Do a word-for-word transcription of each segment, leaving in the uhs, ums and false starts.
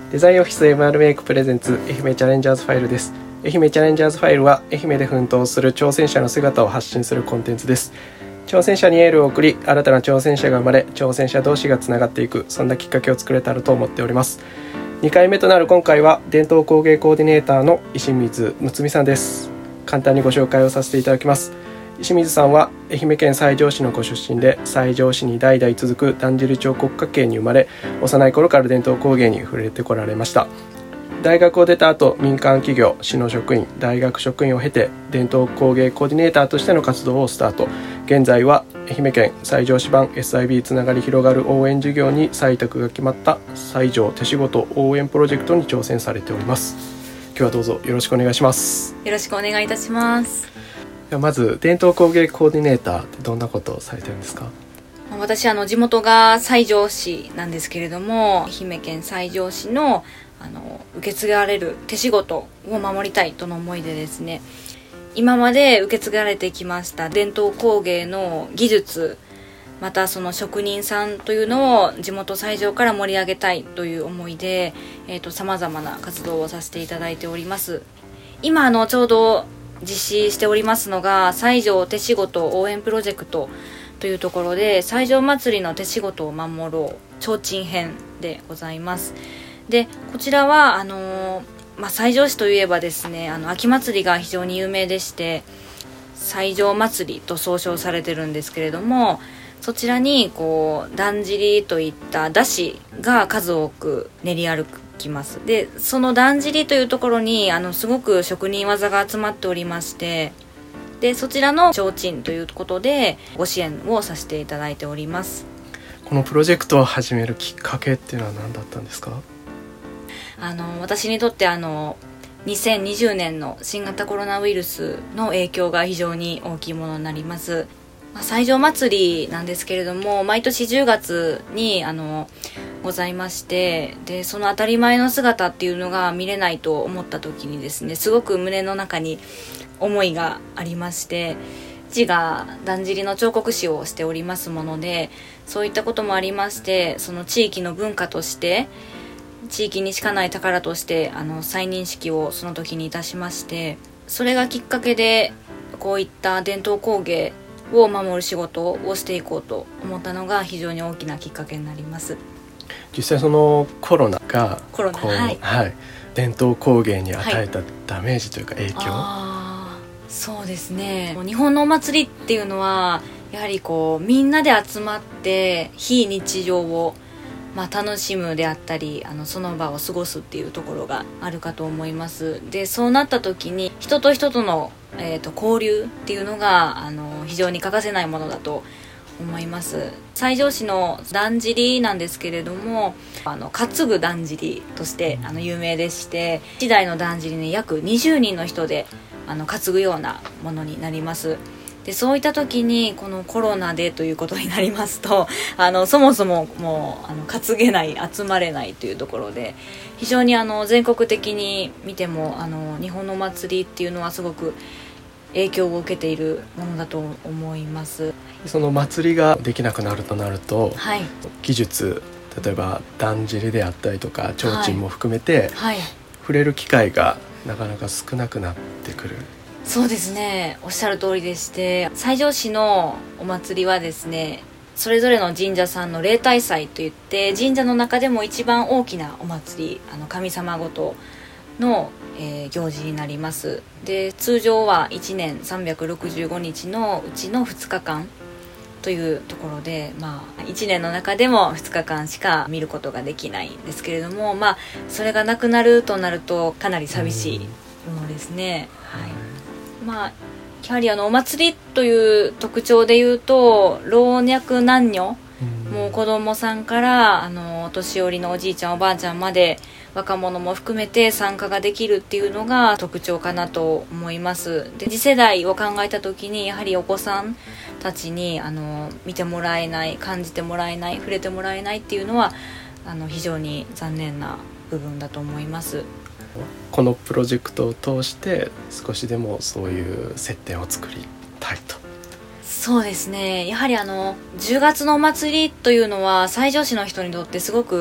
デザインオフィス エムアール メイクプレゼンツ愛媛チャレンジャーズファイルです。愛媛チャレンジャーズファイルは愛媛で奮闘する挑戦者の姿を発信するコンテンツです。挑戦者にエールを送り、新たな挑戦者が生まれ、挑戦者同士がつながっていく、そんなきっかけを作れたらと思っております。にかいめとなる今回は伝統工芸コーディネーターの石水睦美さんです。簡単にご紹介をさせていただきます。石水さんは愛媛県西条市のご出身で、西条市に代々続くだんじり町国家系に生まれ、幼い頃から伝統工芸に触れてこられました。大学を出た後、民間企業、市の職員、大学職員を経て伝統工芸コーディネーターとしての活動をスタート。現在は愛媛県西条市版 エスアイビー つながり広がる応援事業に採択が決まった西条手仕事応援プロジェクトに挑戦されております。今日はどうぞよろしくお願いします。 よろしくお願いいたします。 ではまず伝統工芸コーディネーターってどんなことをされてるんですか？ 私あの地元が西条市なんですけれども、愛媛県西条市のあの受け継がれる手仕事を守りたいとの思いでですね、今まで受け継がれてきました伝統工芸の技術、またその職人さんというのを地元西条から盛り上げたいという思いで、えーと、様々な活動をさせていただいております。今あのちょうど実施しておりますのが西条手仕事応援プロジェクトというところで、西条祭りの手仕事を守ろう提灯編でございます。でこちらはあのーまあ、西条市といえばですね、あの秋祭りが非常に有名でして、西条祭りと総称されてるんですけれども、そちらにこうだんじりといった山車が数多く練り歩きます。でそのだんじりというところにあのすごく職人技が集まっておりまして、でそちらの提灯ということでご支援をさせていただいております。 このプロジェクトを始めるきっかけっていうのは何だったんですか？ あの私にとってあのにせんにじゅうねんの新型コロナウイルスの影響が非常に大きいものになります。まあ、西条祭りなんですけれども、毎年じゅうがつにあのございまして、でその当たり前の姿っていうのが見れないと思った時にですね、すごく胸の中に思いがありまして、父がだんじりの彫刻師をしておりますもので、そういったこともありまして、その地域の文化として地域にしかない宝としてあの再認識をその時にいたしまして、それがきっかけでこういった伝統工芸を守る仕事をしていこうと思ったのが非常に大きなきっかけになります。 実際そのコロナがコロナ、 こう、 はいはい、伝統工芸に与えたダメージというか影響、 はい、あそうですね、日本のお祭りっていうのはやはりこうみんなで集まって非日常をまあ、楽しむであったり、あのその場を過ごすっていうところがあるかと思います。でそうなった時に人と人との、えーと、交流っていうのがあの非常に欠かせないものだと思います。西条市のだんじりなんですけれども、あの担ぐだんじりとしてあの有名でして、いちだいのだんじりに約にじゅうにんの人であの担ぐようなものになります。でそういった時にこのコロナでということになりますと、あのそもそももうあの担げない、集まれないというところで、非常にあの全国的に見てもあの日本のお祭りっていうのはすごく影響を受けているものだと思います。 その祭りができなくなるとなると、 はい、 技術、例えばだんじりであったりとか提灯も含めて、 はいはい、 触れる機会がなかなか少なくなってくる。 そうですね、おっしゃる通りでして、西条市のお祭りはですね、それぞれの神社さんの例大祭といって、神社の中でも一番大きなお祭り、あの神様ごとの、えー、行事になります。で通常はいちねんさんびゃくろくじゅうごにちのうちのふつかかんというところで、まあ、いちねんの中でもふつかかんしか見ることができないんですけれども、まあ、それがなくなるとなるとかなり寂しいものですね。はい、まあ、やはりあのお祭りという特徴でいうと、老若男女、もう子供さんからあのお年寄りのおじいちゃんおばあちゃんまで若者も含めて参加ができるっていうのが特徴かなと思います。で次世代を考えた時に、やはりお子さんたちにあの見てもらえない、感じてもらえない、触れてもらえないっていうのはあの非常に残念な部分だと思います。 このプロジェクトを通して少しでもそういう接点を作りたいと。 そうですね、やはりあのじゅうがつのお祭りというのは西条市の人にとってすごく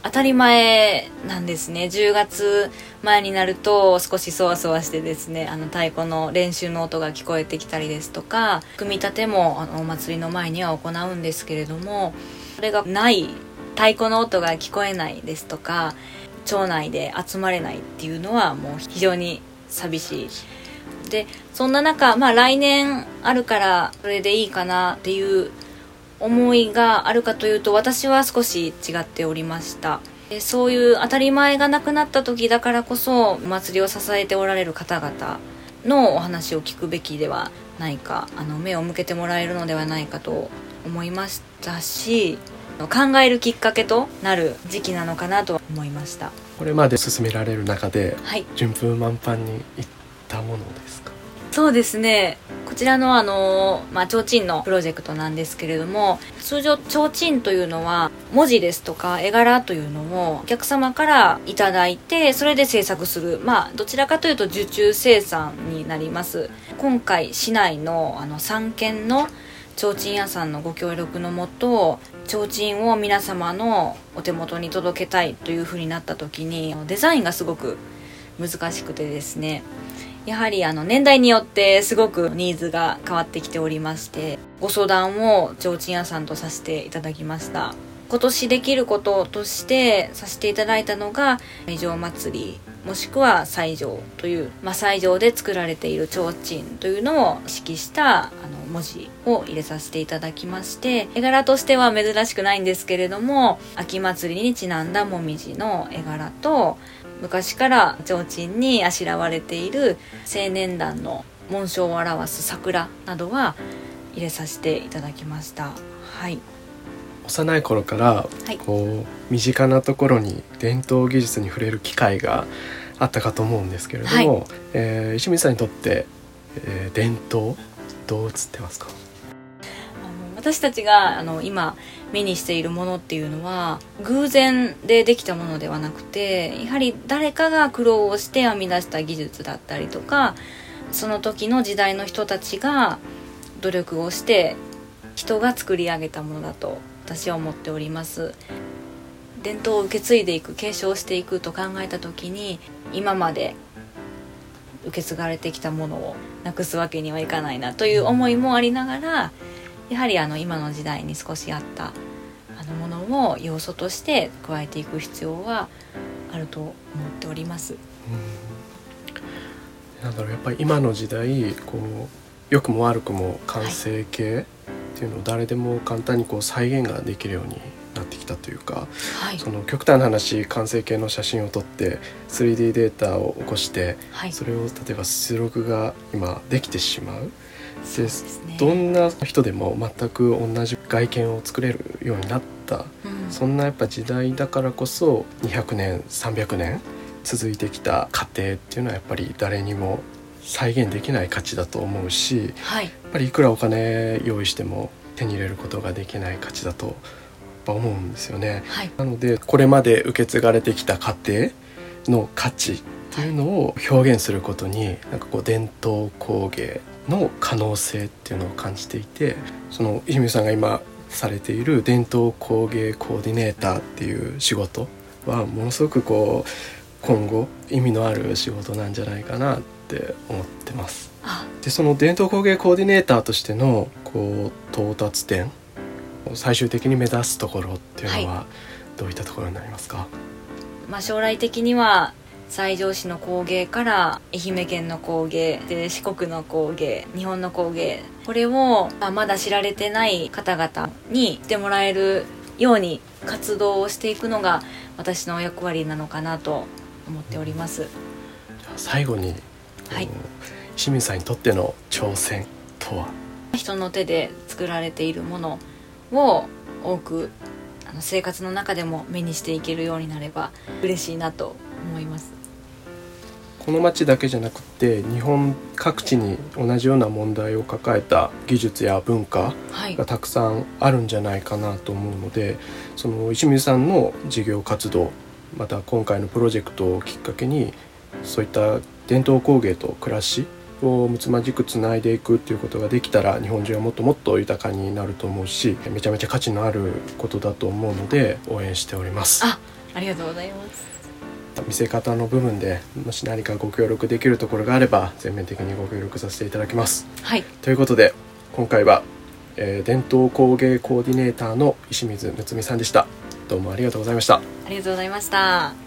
当たり前なんですね。じゅうがつまえになると少しそわそわしてですね、あの太鼓の練習の音が聞こえてきたりですとか、組み立てもあのお祭りの前には行うんですけれども、それがない、太鼓の音が聞こえないですとか、町内で集まれないっていうのはもう非常に寂しい。でそんな中、まあ来年あるからそれでいいかなっていう思いがあるかというと、私は少し違っておりました。でそういう当たり前がなくなった時だからこそ、お祭りを支えておられる方々のお話を聞くべきではないか、あの目を向けてもらえるのではないかと思いましたし、考えるきっかけとなる時期なのかなと思いました。 これまで進められる中で、 はい、 順風満帆にいったものですか？ そうですね、こちらのあの、まあ、提灯のプロジェクトなんですけれども、通常提灯というのは文字ですとか絵柄というのをお客様からいただいて、それで制作する、まあどちらかというと受注生産になります。今回市内のあのさんけんの提灯屋さんのご協力のもと、提灯を皆様のお手元に届けたいというふうになった時に、デザインがすごく難しくてですね、やはりあの年代によってすごくニーズが変わってきておりまして、ご相談を提灯屋さんとさせていただきました。今年できることとしてさせていただいたのが、西条祭りもしくは西条という、まあ、西条で作られている提灯というのを意識したあの文字を入れさせていただきまして、絵柄としては珍しくないんですけれども、秋祭りにちなんだもみじの絵柄と、昔から提灯にあしらわれている青年団の紋章を表す桜などは入れさせていただきました。はい、 幼い頃からこう身近なところに伝統技術に触れる機会があったかと思うんですけれども、はい、えー、石水さんにとって、えー、伝統どう映ってますか？ 私たちがあの今目にしているものっていうのは偶然でできたものではなくて、やはり誰かが苦労をして編み出した技術だったりとか、その時の時代の人たちが努力をして人が作り上げたものだと私は思っております。伝統を受け継いでいく、継承していくと考えた時に、今まで受け継がれてきたものをなくすわけにはいかないなという思いもありながら、やはりあの今の時代に少しあったあのものを要素として加えていく必要はあると思っております。 うん、なんだろう、やっぱり今の時代こう良くも悪くも完成形っていうのを誰でも簡単にこう再現ができるようになってきたというか、はい、その極端な話、完成形の写真を撮って スリーディー データを起こして、はい、それを例えば出力が今できてしまう。で、ね、どんな人でも全く同じ外見を作れるようになった、うん、そんなやっぱ時代だからこそにひゃくねんさんびゃくねん続いてきた過程っていうのはやっぱり誰にも再現できない価値だと思うし、はい、やっぱりいくらお金用意しても手に入れることができない価値だとやっぱ思うんですよね。はい、なのでこれまで受け継がれてきた過程の価値っていうのを表現することに、なんかこう伝統工芸の可能性っていうのを感じていて、その石水さんが今されている伝統工芸コーディネーターっていう仕事はものすごくこう今後意味のある仕事なんじゃないかなって思ってます。で、その伝統工芸コーディネーターとしてのこう到達点、最終的に目指すところっていうのはどういったところになりますか？はい、 まあ、将来的には西条市の工芸から愛媛県の工芸で、四国の工芸、日本の工芸、これをまだ知られてない方々に知ってもらえるように活動をしていくのが私の役割なのかなと思っております。 最後に、はい、石水さんにとっての挑戦とは？ 人の手で作られているものを多くあの生活の中でも目にしていけるようになれば嬉しいなと思います。 この町だけじゃなくて日本各地に同じような問題を抱えた技術や文化がたくさんあるんじゃないかなと思うので、はい、その石水さんの事業活動、また今回のプロジェクトをきっかけにそういった伝統工芸と暮らしをむつまじくつないでいくっていうことができたら、日本中はもっともっと豊かになると思うし、めちゃめちゃ価値のあることだと思うので応援しております。 あ、 ありがとうございます。 見せ方の部分でもし何かご協力できるところがあれば全面的にご協力させていただきます。 はい。 ということで今回は、えー、伝統工芸コーディネーターの石水睦美さんでした。どうもありがとうございました。 ありがとうございました。